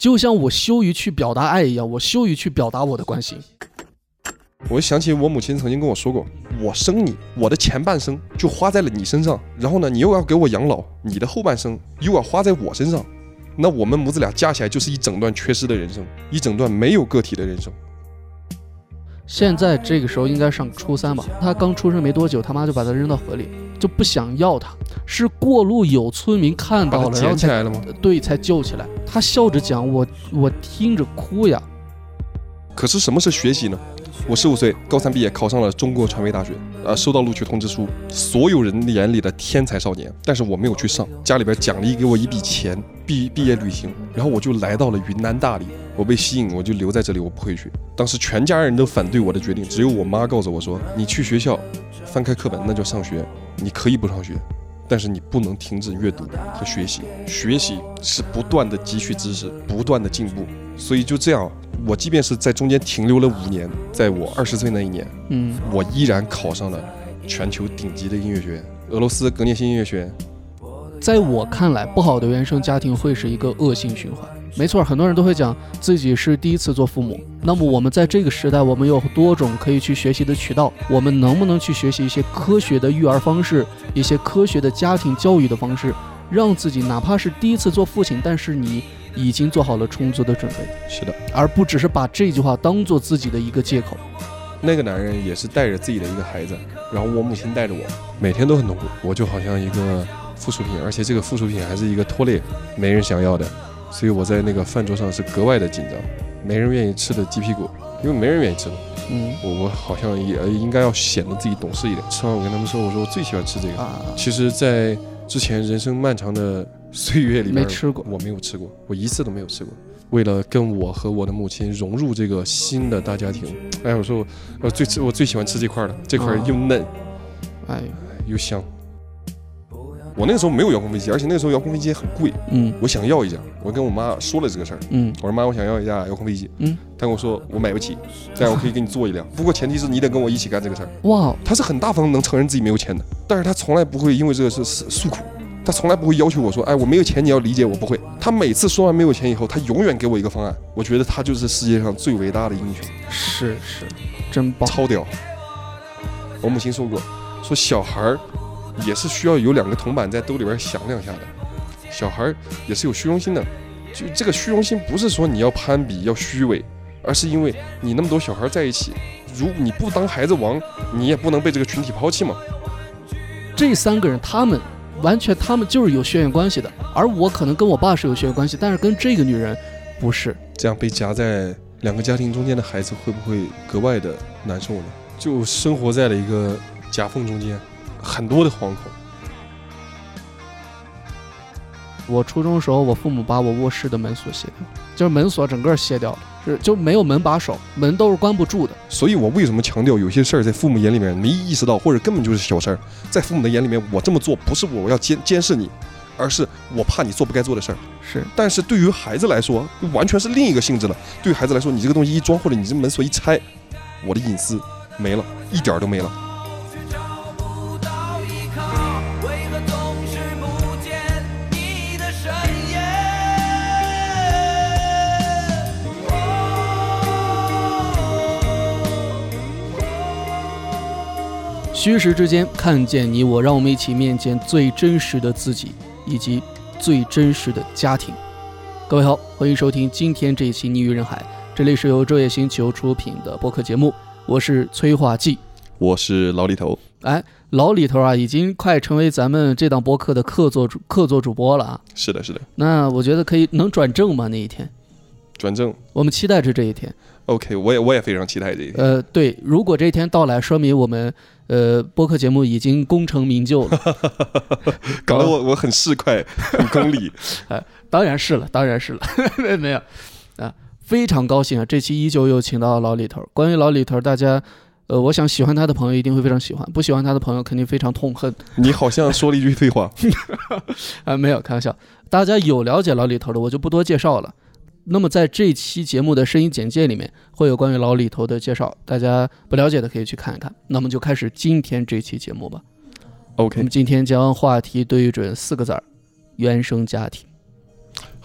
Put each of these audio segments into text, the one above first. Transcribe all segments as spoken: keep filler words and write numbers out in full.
就像我羞于去表达爱一样，我羞于去表达我的关心。 我想起我母亲曾经跟我说过，我生你，我的前半生就花在了你身上，然后呢，你又要给我养老，你的后半生又要花在我身上，那我们母子俩加起来就是一整段缺失的人生，一整段没有个体的人生。 现在这个时候应该上初三吧，他刚出生没多久，他妈就把他扔到河里，就不想要他，是过路有村民看到了， 把他捡起来了吗？ 对，才救起来。他笑着讲，我我听着哭呀。 可是什么是学习呢？我十五岁，高三毕业，考上了中国传媒大学，呃，收到录取通知书，所有人眼里的天才少年，但是我没有去上，家里边奖励给我一笔钱，毕毕业旅行，然后我就来到了云南大理，我被吸引，我就留在这里，我不回去。当时全家人都反对我的决定，只有我妈告诉我说，你去学校，翻开课本那就上学，你可以不上学，但是你不能停止阅读和学习，学习是不断的汲取知识，不断的进步。所以就这样，我即便是在中间停留了五年，在我二十岁那一年，嗯，我依然考上了全球顶级的音乐学院——俄罗斯格涅辛音乐学院。 在我看来，不好的原生家庭会是一个恶性循环。没错，很多人都会讲自己是第一次做父母。那么我们在这个时代，我们有多种可以去学习的渠道，我们能不能去学习一些科学的育儿方式，一些科学的家庭教育的方式，让自己哪怕是第一次做父亲，但是你已经做好了充足的准备。 是的， 而不只是把这句话当做自己的一个借口。 那个男人也是带着自己的一个孩子，然后我母亲带着我，每天都很痛苦，我就好像一个附属品，而且这个附属品还是一个拖累，没人想要的，所以我在那个饭桌上是格外的紧张，没人愿意吃的鸡屁股，因为没人愿意吃嘛。嗯，我我好像也应该要显得自己懂事一点。吃完我跟他们说，我说我最喜欢吃这个。啊、其实，在之前人生漫长的岁月里面， 没吃过， 我没有吃过，我一次都没有吃过。为了跟我和我的母亲融入这个新的大家庭，哎，我说我我最吃我最喜欢吃这块了，这块又嫩，哎，又香。我那个时候没有遥控飞机，而且那个时候遥控飞机也很贵，嗯，我想要一架，我跟我妈说了这个事儿，嗯，我说妈，我想要一架遥控飞机，嗯，她跟我说我买不起，这样我可以给你做一辆，不过前提是你得跟我一起干这个事儿。哇，她是很大方能承认自己没有钱的，但是她从来不会因为这个事诉苦。他从来不会要求我说，哎，我没有钱，你要理解我，不会。他每次说完没有钱以后，他永远给我一个方案。我觉得他就是世界上最伟大的英雄。 是是，真棒， 超屌。我母亲说过，说小孩也是需要有两个铜板在兜里边响两下的，小孩也是有虚荣心的。就这个虚荣心不是说你要攀比要虚伪，而是因为你那么多小孩在一起，如果你不当孩子王，你也不能被这个群体抛弃嘛。 这三个人他们。完全他们就是有血缘关系的，而我可能跟我爸是有血缘关系，但是跟这个女人不是。 这样被夹在两个家庭中间的孩子会不会格外的难受呢？就生活在了一个夹缝中间，很多的惶恐。 我初中的时候，我父母把我卧室的门锁卸掉，就是门锁整个卸掉了，是就没有门把手，门都是关不住的。 所以我为什么强调有些事儿在父母眼里面没意识到，或者根本就是小事儿，在父母的眼里面，我这么做不是我要监监视你，而是我怕你做不该做的事儿。 是， 但是对于孩子来说，完全是另一个性质了。对于孩子来说，你这个东西一装，或者你这门锁一拆，我的隐私没了，一点都没了。 虚实之间看见你我，让我们一起面见最真实的自己，以及最真实的家庭。各位好，欢迎收听今天这一期《逆于人海》，这里是由昼夜星球出品的播客节目，我是催化剂， 我是老李头。 哎，老李头啊，已经快成为咱们这档播客的客座主客座主播了啊。 是的，是的。 那我觉得可以，能转正吗？那一天？ 转正， 我们期待着这一天。 OK， 我也我也非常期待这一天。 呃，对，如果这一天到来，说明我们呃播客节目已经功成名就了。 搞得我我很市侩，很功利。 呃，当然是了，当然是了，没有啊，非常高兴啊！这期依旧又请到老李头。关于老李头，大家呃，我想喜欢他的朋友一定会非常喜欢，不喜欢他的朋友肯定非常痛恨。 你好像说了一句废话。 啊，没有，开玩笑。大家有了解老李头的，我就不多介绍了。那么在这期节目的声音简介里面会有关于老李头的介绍，大家不了解的可以去看一看。那么就开始今天这期节目吧。 OK， 我们今天将话题对准四个字儿：原生家庭。 好的，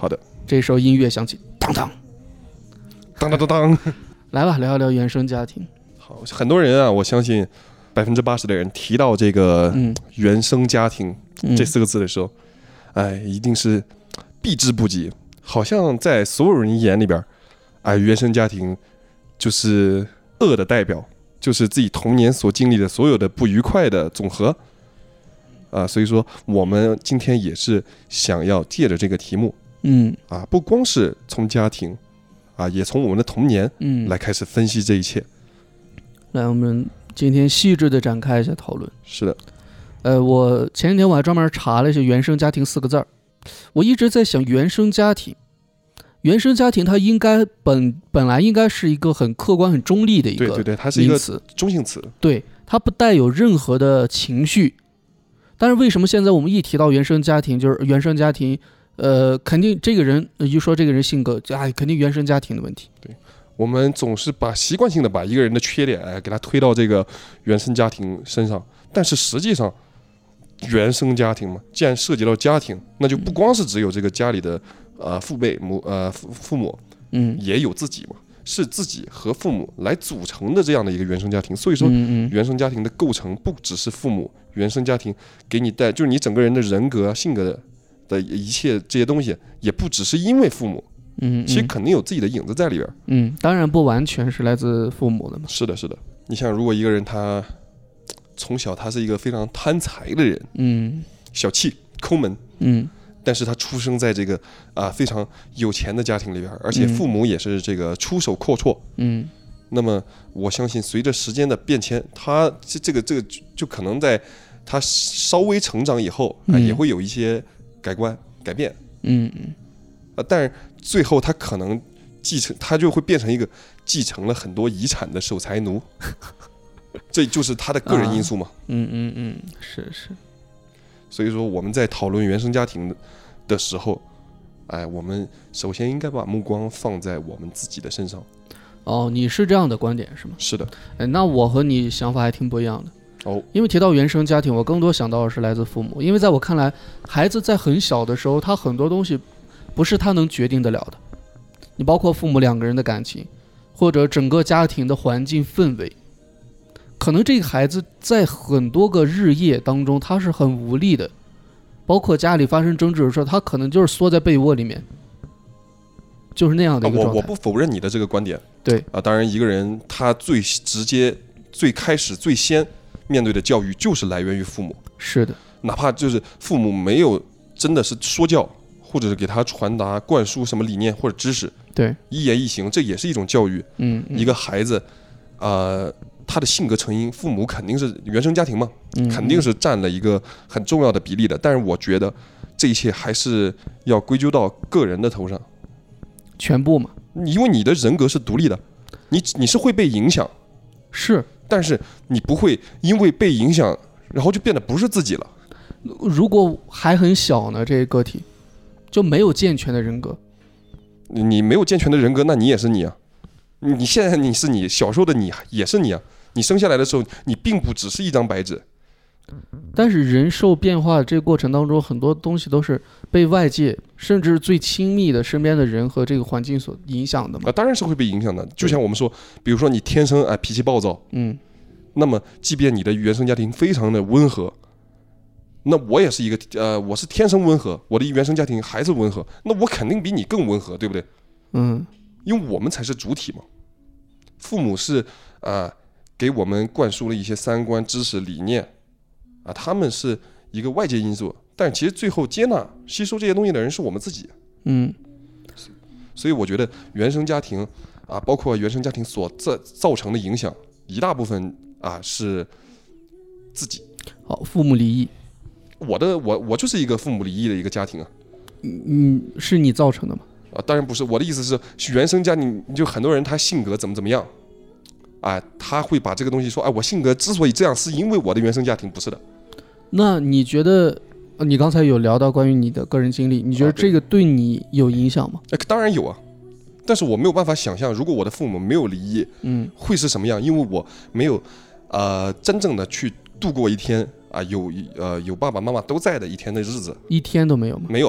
这时候音乐响起，当当当当当当， 来吧，聊一聊原生家庭。 好，很多人啊，我相信百分之八十的人提到这个原生家庭、嗯、这四个字的时候，哎，一定是避之不及。好像在所有人眼里边，哎，原生家庭就是恶的代表，就是自己童年所经历的所有的不愉快的总和。啊，所以说我们今天也是想要借着这个题目， 嗯， 啊，不光是从家庭，啊，也从我们的童年，嗯，来开始分析这一切。 来，我们今天细致的展开一下讨论。 是的， 呃，我前几天我还专门查了一下原生家庭四个字儿，我一直在想原生家庭，原生家庭它应该本本来应该是一个很客观、很中立的一个名词， 对对对，它是一个中性词， 对，它不带有任何的情绪。但是为什么现在我们一提到原生家庭，就是原生家庭，呃，肯定这个人一说这个人性格，就哎，肯定原生家庭的问题。 对。我们总是把习惯性的把一个人的缺点哎给他推到这个原生家庭身上，但是实际上原生家庭嘛，既然涉及到家庭，那就不光是只有这个家里的呃父辈母呃父父母， 嗯， 也有自己嘛，是自己和父母来组成的这样的一个原生家庭。所以说，原生家庭的构成不只是父母，原生家庭给你带就是你整个人的人格、性格的的一切这些东西，也不只是因为父母。 嗯， 其实肯定有自己的影子在里边。 嗯，当然不完全是来自父母的嘛。 是的，是的。你像如果一个人他从小他是一个非常贪财的人， 嗯， 小气抠门， 嗯， 但是他出生在这个啊、呃、非常有钱的家庭里边，而且父母也是这个出手阔绰， 嗯， 那么我相信随着时间的变迁，他这这个这个就就可能在他稍微成长以后啊、呃嗯， 也会有一些改观改变， 嗯嗯。 啊，但是最后他可能继承，他就会变成一个继承了很多遗产的守财奴，这就是他的个人因素嘛。 啊、嗯嗯嗯，是是。 所以说我们在讨论原生家庭的时候，哎，我们首先应该把目光放在我们自己的身上。 哦，你是这样的观点是吗？ 是的。 哎，那我和你想法还挺不一样的。 哦， 因为提到原生家庭，我更多想到的是来自父母，因为在我看来，孩子在很小的时候，他很多东西不是他能决定得了的，你包括父母两个人的感情，或者整个家庭的环境氛围，可能这个孩子在很多个日夜当中他是很无力的，包括家里发生争执的时候，他可能就是缩在被窝里面，就是那样的一个状态。 我我不否认你的这个观点， 对啊，当然一个人他最直接、最开始、最先面对的教育就是来源于父母， 是的， 哪怕就是父母没有真的是说教。或者是给他传达灌输什么理念或者知识， 对， 一言一行，这也是一种教育。 嗯，嗯一个孩子，呃，他的性格成因，父母肯定是原生家庭嘛， 嗯、 肯定是占了一个很重要的比例的。但是我觉得这一切还是要归咎到个人的头上， 全部嘛， 因为你的人格是独立的，你你是会被影响， 是， 但是你不会因为被影响，然后就变得不是自己了。 如果还很小呢，这个个体。就没有健全的人格， 你没有健全的人格，那你也是你啊！你现在你是你，小时候的你也是你啊！你生下来的时候，你并不只是一张白纸。 但是人受变化这个过程当中，很多东西都是被外界，甚至最亲密的身边的人和这个环境所影响的嘛。 啊，当然是会被影响的。就像我们说，比如说你天生啊、呃、脾气暴躁， 嗯， 那么即便你的原生家庭非常的温和。那我也是一个呃，我是天生温和，我的原生家庭还是温和，那我肯定比你更温和，对不对？ 嗯， 因为我们才是主体嘛。父母是啊、呃，给我们灌输了一些三观、知识、理念啊，他们是一个外界因素，但其实最后接纳、吸收这些东西的人是我们自己。 嗯， 所以我觉得原生家庭啊，包括原生家庭所造造成的影响，一大部分啊是自己。 好，父母离异。 我的我我就是一个父母离异的一个家庭啊， 嗯，是你造成的吗？ 啊，当然不是，我的意思是原生家庭，就很多人他性格怎么怎么样，啊，他会把这个东西说，哎，我性格之所以这样，是因为我的原生家庭，不是的。 那你觉得，你刚才有聊到关于你的个人经历，你觉得这个对你有影响吗？ 哎，当然有啊，但是我没有办法想象，如果我的父母没有离异， 嗯， 会是什么样，因为我没有，呃，真正的去度过一天。啊，有呃有爸爸妈妈都在的一天的日子， 一天都没有吗？ 没有，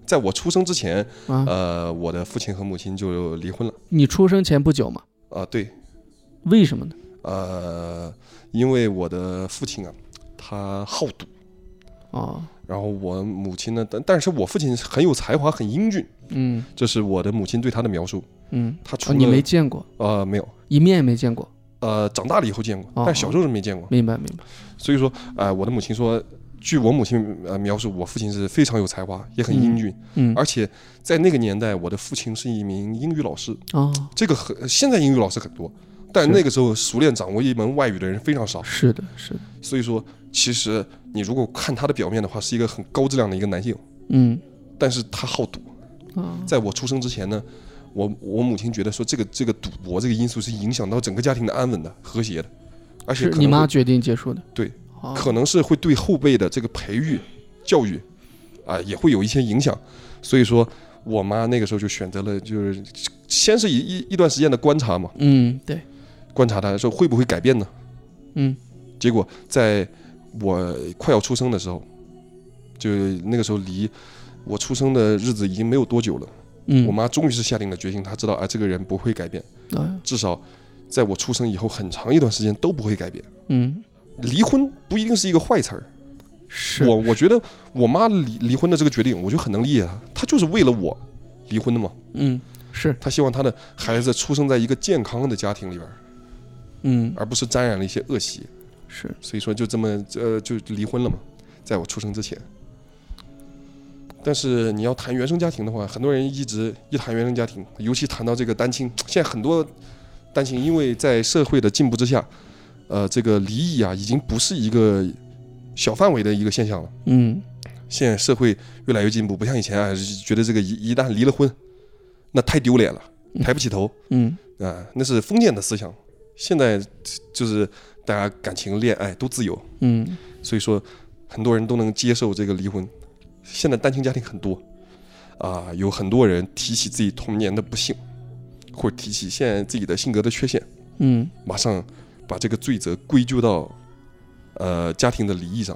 在我出生之前， 啊， 呃，我的父亲和母亲就离婚了。 你出生前不久嘛？ 啊、对， 为什么呢？ 呃，因为我的父亲啊，他好赌， 哦， 然后我母亲呢，但但是我父亲很有才华，很英俊， 嗯这是我的母亲对他的描述。 嗯，哦， 他除了、 你没见过， 呃没有， 一面也没见过。 呃长大了以后见过， 哦但小时候是没见过。 明白明白。 所以说，呃，我的母亲说，据我母亲呃描述，我父亲是非常有才华，也很英俊， 嗯， 而且在那个年代，我的父亲是一名英语老师。 哦， 这个很现在英语老师很多，但是那个时候熟练掌握一门外语的人非常少。 是的，是的。 所以说，其实你如果看他的表面的话，是一个很高质量的一个男性， 嗯， 但是他好赌。 啊， 在我出生之前呢，我我母亲觉得说，这个这个赌博这个因素是影响到整个家庭的安稳的、和谐的，而且是可能会你妈决定结束的。 对， 哦， 可能是会对后辈的这个培育、教育啊、也会有一些影响。所以说我妈那个时候就选择了，就是先是一一一段时间的观察嘛， 嗯，对， 观察她说会不会改变呢？ 嗯结果在我快要出生的时候，就那个时候离我出生的日子已经没有多久了。 嗯， 我妈终于是下定了决心，她知道啊，这个人不会改变， 哎， 至少在我出生以后很长一段时间都不会改变。 嗯， 离婚不一定是一个坏词儿， 是我我觉得我妈离离婚的这个决定，我就很能理解她，她就是为了我离婚的嘛。 嗯是她希望她的孩子出生在一个健康的家庭里边， 嗯而不是沾染了一些恶习。 是所以说就这么呃就离婚了嘛，在我出生之前。但是你要谈原生家庭的话，很多人一直一谈原生家庭，尤其谈到这个单亲，现在很多单亲因为在社会的进步之下，呃，这个离异啊，已经不是一个小范围的一个现象了。 嗯现在社会越来越进步，不像以前啊，觉得这个一一旦离了婚，那太丢脸了，抬不起头嗯啊，那是封建的思想。现在就是大家感情、恋爱都自由， 嗯所以说很多人都能接受这个离婚。现在单亲家庭很多啊，有很多人提起自己童年的不幸，或者提起现在自己的性格的缺陷， 嗯马上把这个罪责归咎到呃家庭的离异上。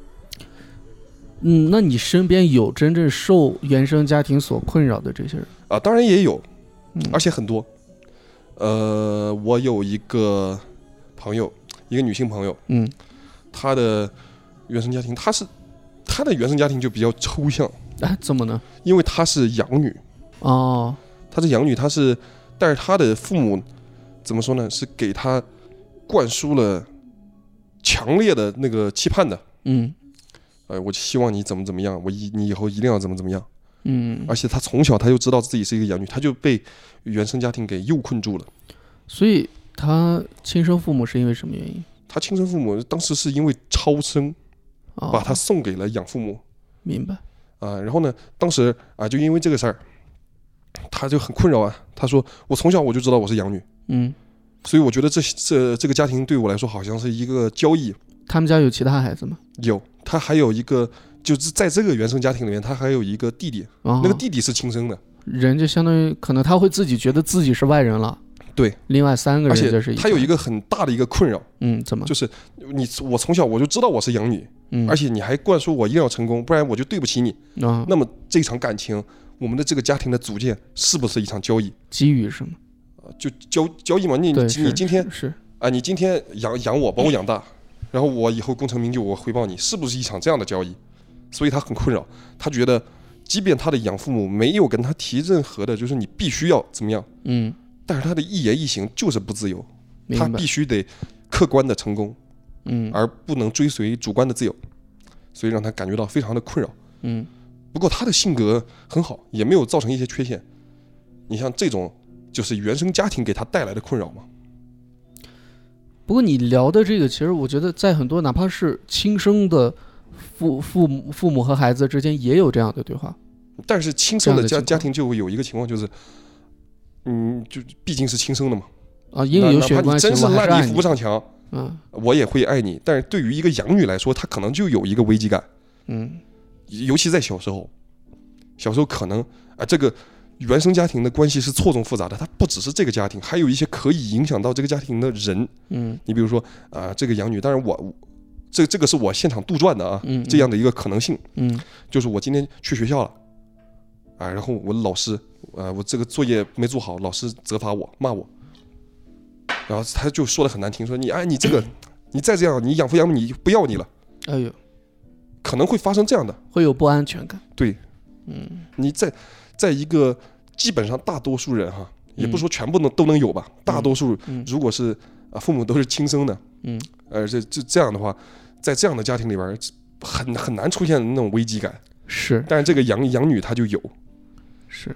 嗯，那你身边有真正受原生家庭所困扰的这些人？ 啊，当然也有， 嗯而且很多。呃，我有一个朋友，一个女性朋友， 嗯她的原生家庭，她是她的原生家庭就比较抽象， 哎，怎么呢？ 因为她是养女， 哦， 她是养女，她是，但是她的父母怎么说呢？是给她灌输了强烈的那个期盼的。 嗯呃，我希望你怎么怎么样，我以你以后一定要怎么怎么样。 嗯， 而且她从小她就知道自己是一个养女，她就被原生家庭给诱困住了。 所以他亲生父母是因为什么原因？ 她亲生父母当时是因为超生， 哦， 把她送给了养父母明白。 啊。然后呢，当时啊，就因为这个事儿，她就很困扰啊。她说：“我从小我就知道我是养女， 嗯， 所以我觉得这这这个家庭对我来说好像是一个交易。 他们家有其他孩子吗？ 有，她还有一个，就是在这个原生家庭里面，她还有一个弟弟， 哦， 那个弟弟是亲生的。 人就相当于可能他会自己觉得自己是外人了。 对， 另外三个而人就是且他有一个个很大的一个困扰， 嗯，怎么？ 就是你我从小我就知道我是养女， 嗯， 而且你还灌输我一定要成功，不然我就对不起你。 啊， 那么这场感情，我们的这个家庭的组建是不是一场交易？ 给予是吗？ 就交交易嘛，你对， 你是你今天是是啊，你今天养养我，把我养大，然后我以后功成名就，我回报你，是不是一场这样的交易？所以他很困扰，他觉得，即便他的养父母没有跟他提任何的，就是你必须要怎么样， 嗯， 但是他的一言一行就是不自由， 明白他必须得客观的成功， 嗯而不能追随主观的自由，所以让他感觉到非常的困扰。 嗯不过他的性格很好，也没有造成一些缺陷。你像这种，就是原生家庭给他带来的困扰嘛。 不过你聊的这个，其实我觉得在很多哪怕是亲生的父父母父母和孩子之间也有这样的对话。 但是亲生的家这样的情况家庭就会有一个情况，就是，嗯，就毕竟是亲生的嘛。 啊，因为有血缘关系， 哪怕你真是我还是爱你烂泥扶不。上墙， 嗯我也会爱你。但是对于一个养女来说，她可能就有一个危机感， 嗯尤其在小时候，小时候可能啊，这个原生家庭的关系是错综复杂的，它不只是这个家庭，还有一些可以影响到这个家庭的人。 嗯你比如说啊，这个养女，当然我这这个是我现场杜撰的啊， 嗯， 这样的一个可能性， 嗯就是我今天去学校了， 啊，然后我的老师，呃，我这个作业没做好，老师责罚我，骂我，然后他就说的很难听，说你哎，你这个，你再这样，你养父养母你不要你了， 哎呦， 可能会发生这样的， 会有不安全感。 对， 嗯， 你在在一个基本上大多数人哈，也不说全部能都能有吧， 嗯、 大多数如果是啊父母都是亲生的，嗯，呃这这这样的话，在这样的家庭里边很很难出现那种危机感。 是， 但是这个养养女她就有， 是，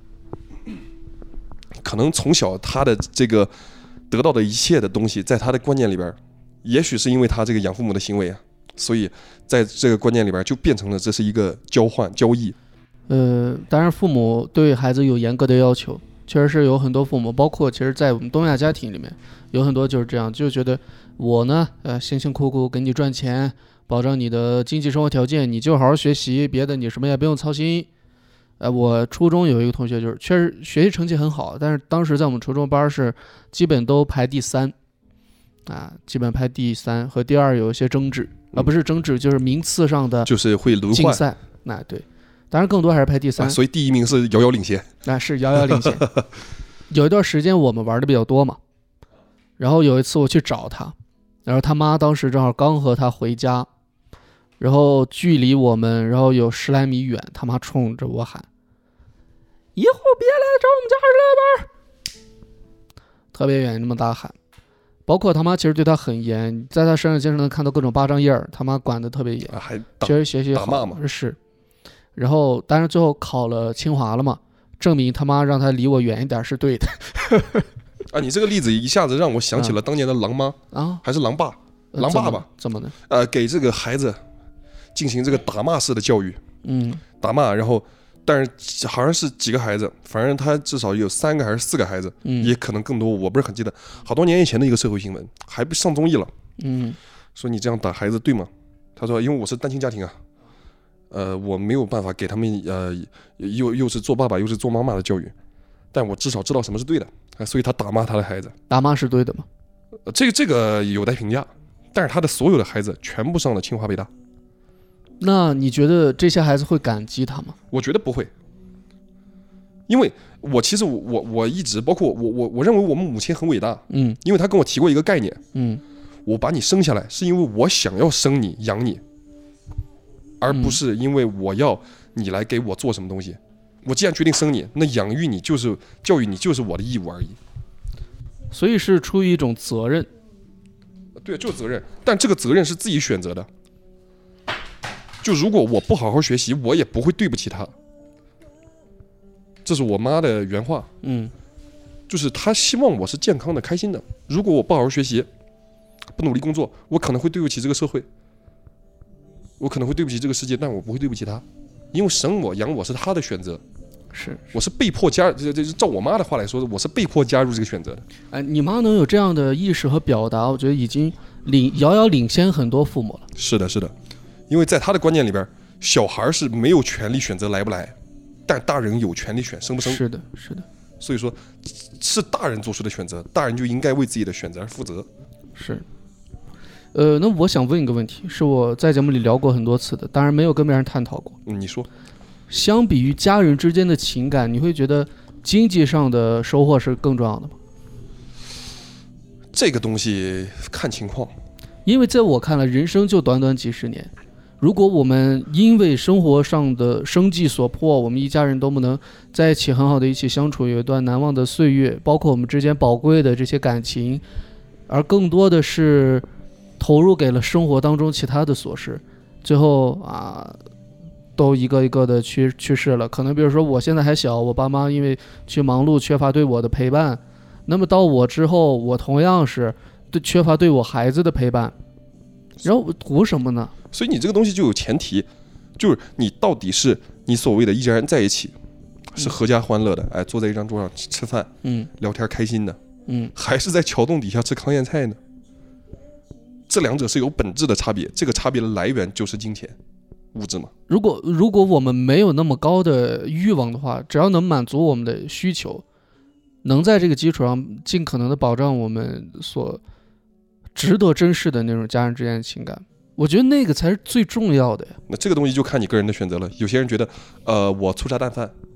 可能从小她的这个得到的一切的东西，在她的观念里边，也许是因为她这个养父母的行为啊，所以在这个观念里边就变成了这是一个交换交易。 呃，当然父母对孩子有严格的要求，确实是有很多父母，包括其实在我们东亚家庭里面，有很多就是这样，就觉得我呢，呃，辛辛苦苦给你赚钱。保障你的经济生活条件，你就好好学习，别的你什么也不用操心。呃，我初中有一个同学，就是确实学习成绩很好，但是当时在我们初中班是基本都排第三，啊，基本排第三和第二有一些争执，啊，不是争执，就是名次上的就是会轮换竞赛。那对，当然更多还是排第三， 啊，所以第一名是遥遥领先。 那是遥遥领先。有一段时间我们玩的比较多嘛，然后有一次我去找他，然后他妈当时正好刚和他回家。然后距离我们，然后有十来米远，他妈冲着我喊：“以后别来找我们家儿子玩！”特别远，那么大喊。包括他妈其实对他很严，在他身上经常能看到各种巴掌印儿，他妈管得特别严， 啊、还确实学习好， 打骂嘛是。然后，当然最后考了清华了嘛，证明他妈让他离我远一点是对的。 啊，你这个例子一下子让我想起了当年的狼妈啊，还是狼爸，狼爸爸怎么呢？ 呃，给这个孩子进行这个打骂式的教育， 嗯， 打骂，然后，但是好像是几个孩子，反正他至少有三个还是四个孩子，嗯，也可能更多，我不是很记得，好多年以前的一个社会新闻，还不上综艺了， 嗯， 说你这样打孩子对吗？他说因为我是单亲家庭啊，呃，我没有办法给他们呃又又是做爸爸又是做妈妈的教育，但我至少知道什么是对的，所以他打骂他的孩子， 打骂是对的吗？ 呃、这个这个有待评价，但是他的所有的孩子全部上了清华北大。 那你觉得这些孩子会感激他吗？ 我觉得不会，因为我其实我我一直包括我我我认为我们母亲很伟大，嗯，因为她跟我提过一个概念，嗯，我把你生下来是因为我想要生你养你，而不是因为我要你来给我做什么东西。我既然决定生你，那养育你就是教育你就是我的义务而已。 所以是出于一种责任。 对，就是责任，但这个责任是自己选择的。就如果我不好好学习，我也不会对不起他。这是我妈的原话，嗯，就是她希望我是健康的、开心的。如果我不好好学习，不努力工作，我可能会对不起这个社会，我可能会对不起这个世界，但我不会对不起他，因为生我养我是他的选择， 是， 我是被迫加，这这照我妈的话来说，我是被迫加入这个选择的。 哎，你妈能有这样的意识和表达，我觉得已经领遥遥领先很多父母了。 是的，是的。因为在他的观念里边，小孩是没有权利选择来不来，但大人有权利选生不生。 是的，是的。 所以说，是大人做出的选择，大人就应该为自己的选择而负责。 是。呃，那我想问一个问题，是我在节目里聊过很多次的，当然没有跟别人探讨过。 嗯，你说。 相比于家人之间的情感，你会觉得经济上的收获是更重要的吗？ 这个东西看情况。 因为在我看来，人生就短短几十年。如果我们因为生活上的生计所迫，我们一家人都不能在一起很好的一起相处，有一段难忘的岁月，包括我们之间宝贵的这些感情，而更多的是投入给了生活当中其他的琐事，最后啊，都一个一个的去去世了。可能比如说我现在还小，我爸妈因为去忙碌，缺乏对我的陪伴，那么到我之后，我同样是对缺乏对我孩子的陪伴，然后我图什么呢？ 所以你这个东西就有前提，就是你到底是你所谓的一家人在一起，是合家欢乐的，哎，坐在一张桌上吃吃饭，嗯，聊天开心的，嗯，还是在桥洞底下吃糠咽菜呢？这两者是有本质的差别，这个差别的来源就是金钱、物质嘛。 如果如果我们没有那么高的欲望的话，只要能满足我们的需求，能在这个基础上尽可能的保障我们所值得珍视的那种家人之间的情感，我觉得那个才是最重要的呀。 那这个东西就看你个人的选择了。有些人觉得，呃，我粗茶淡饭，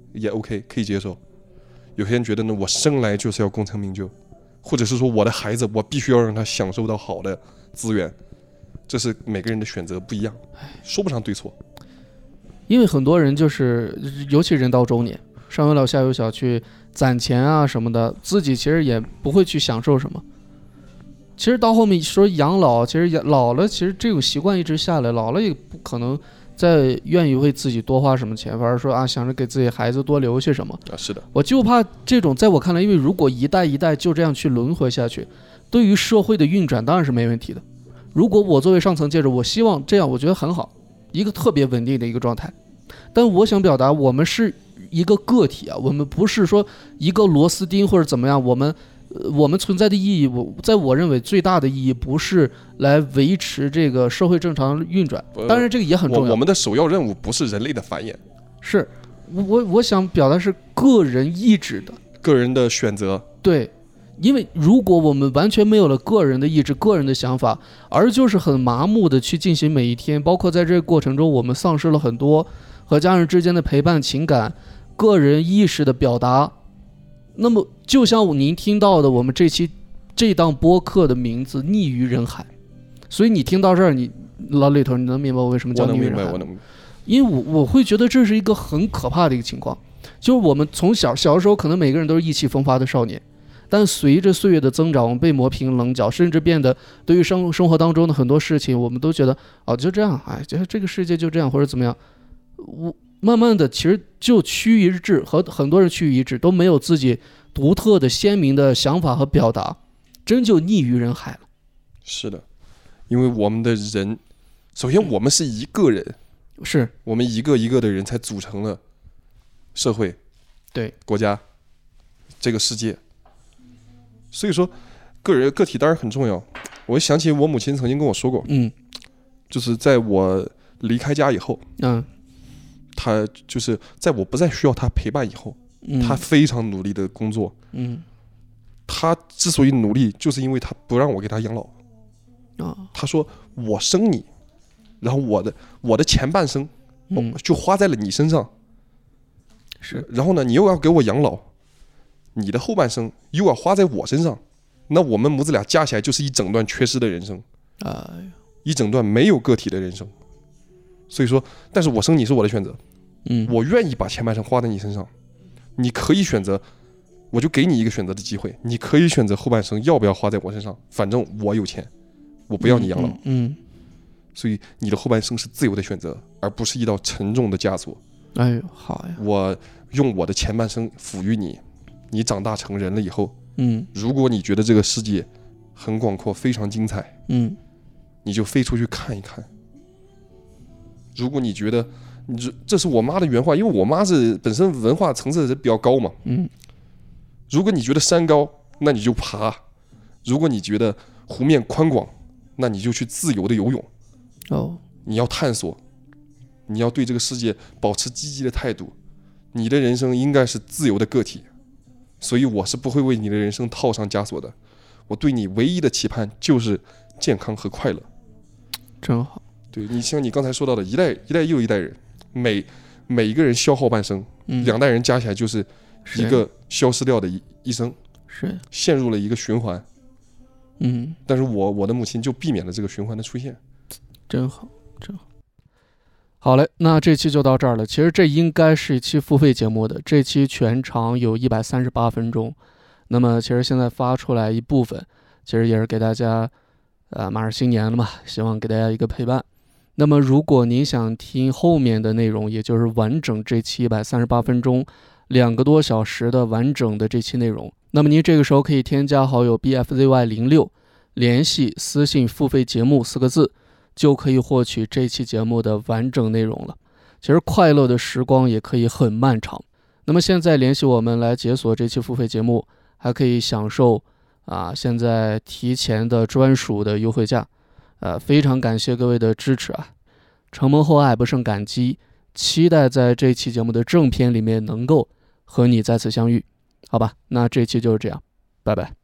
也 OK， 可以接受。有些人觉得呢，我生来就是要功成名就，或者是说我的孩子我必须要让他享受到好的资源，这是每个人的选择不一样，说不上对错。 因为很多人就是尤其人到中年，上有老下有小，去攒钱啊什么的，自己其实也不会去享受什么。其实到后面说养老，其实也老了，其实这种习惯一直下来，老了也不可能再愿意为自己多花什么钱，反而说啊想着给自己孩子多留些什么啊。是的， 我就怕这种，在我看来，因为如果一代一代就这样去轮回下去，对于社会的运转当然是没问题的。如果我作为上层建筑，我希望这样，我觉得很好，一个特别稳定的一个状态。但我想表达，我们是一个个体啊，我们不是说一个螺丝钉或者怎么样，我们。我们存在的意义，我在我认为最大的意义不是来维持这个社会正常运转，当然这个也很重要。 我, 我们的首要任务不是人类的繁衍， 是我我想表达是个人意志的、 个人的选择。 对，因为如果我们完全没有了个人的意志、个人的想法，而就是很麻木的去进行每一天，包括在这个过程中，我们丧失了很多和家人之间的陪伴、情感、个人意识的表达。那么就像您听到的我们这期这档播客的名字逆于人海，所以你听到这儿，你老李头你能明白我为什么叫逆于人海？ 我能明白，我能明白。 因为我我会觉得这是一个很可怕的一个情况，就是我们从小小的时候可能每个人都是意气风发的少年，但随着岁月的增长，我们被磨平棱角，甚至变得对于生生活当中的很多事情，我们都觉得哦就这样，哎，这个世界就这样或者怎么样，我。慢慢的其实就趋于一致，和很多人趋于一致，都没有自己独特的鲜明的想法和表达，真就逆于人海了。 是的，因为我们的人，首先我们是一个人， 是我们一个一个的人才组成了社会、 对国家、这个世界。所以说个人个体当然很重要。我想起我母亲曾经跟我说过， 嗯， 就是在我离开家以后， 嗯。 他就是在我不再需要他陪伴以后， 嗯、 他非常努力的工作。 嗯， 他之所以努力，就是因为他不让我给他养老。 啊， 他说我生你，然后我的我的前半生、 嗯、 就花在了你身上， 是。 然后呢，你又要给我养老，你的后半生又要花在我身上，那我们母子俩加起来就是一整段缺失的人生， 啊、哎， 一整段没有个体的人生。所以说，但是我生你是我的选择， 嗯， 我愿意把前半生花在你身上，你可以选择，我就给你一个选择的机会，你可以选择后半生要不要花在我身上，反正我有钱，我不要你养老， 嗯，嗯嗯， 所以你的后半生是自由的选择，而不是一道沉重的枷锁。 哎呦，好呀， 我用我的前半生抚育你，你长大成人了以后， 嗯， 如果你觉得这个世界很广阔，非常精彩， 嗯， 你就飞出去看一看。如果你觉得，你这是我妈的原话，因为我妈是本身文化层次是比较高嘛。 嗯， 如果你觉得山高，那你就爬；如果你觉得湖面宽广，那你就去自由的游泳。 哦， 你要探索，你要对这个世界保持积极的态度。你的人生应该是自由的个体，所以我是不会为你的人生套上枷锁的。我对你唯一的期盼就是健康和快乐。 真好。 对，你像你刚才说到的，一代一代又一代人，每每一个人消耗半生， 嗯、 两代人加起来就是一个消失掉的一一生， 是陷入了一个循环。 嗯， 但是我我的母亲就避免了这个循环的出现。 真好，真好。好嘞，那这期就到这儿了。其实这应该是一期付费节目的，这期全长有一百三十八分钟。那么其实现在发出来一部分，其实也是给大家，呃，马上新年了嘛，希望给大家一个陪伴。那么如果您想听后面的内容，也就是完整这期一百三十八分钟两个多小时的完整的这期内容，那么您这个时候可以添加好友 B F Z Y 零六，联系私信付费节目四个字，就可以获取这期节目的完整内容了。其实快乐的时光也可以很漫长。那么现在联系我们来解锁这期付费节目，还可以享受啊现在提前的专属的优惠价。呃，非常感谢各位的支持啊！承蒙厚爱，不胜感激，期待在这期节目的正片里面能够和你再次相遇，好吧？那这期就是这样，拜拜。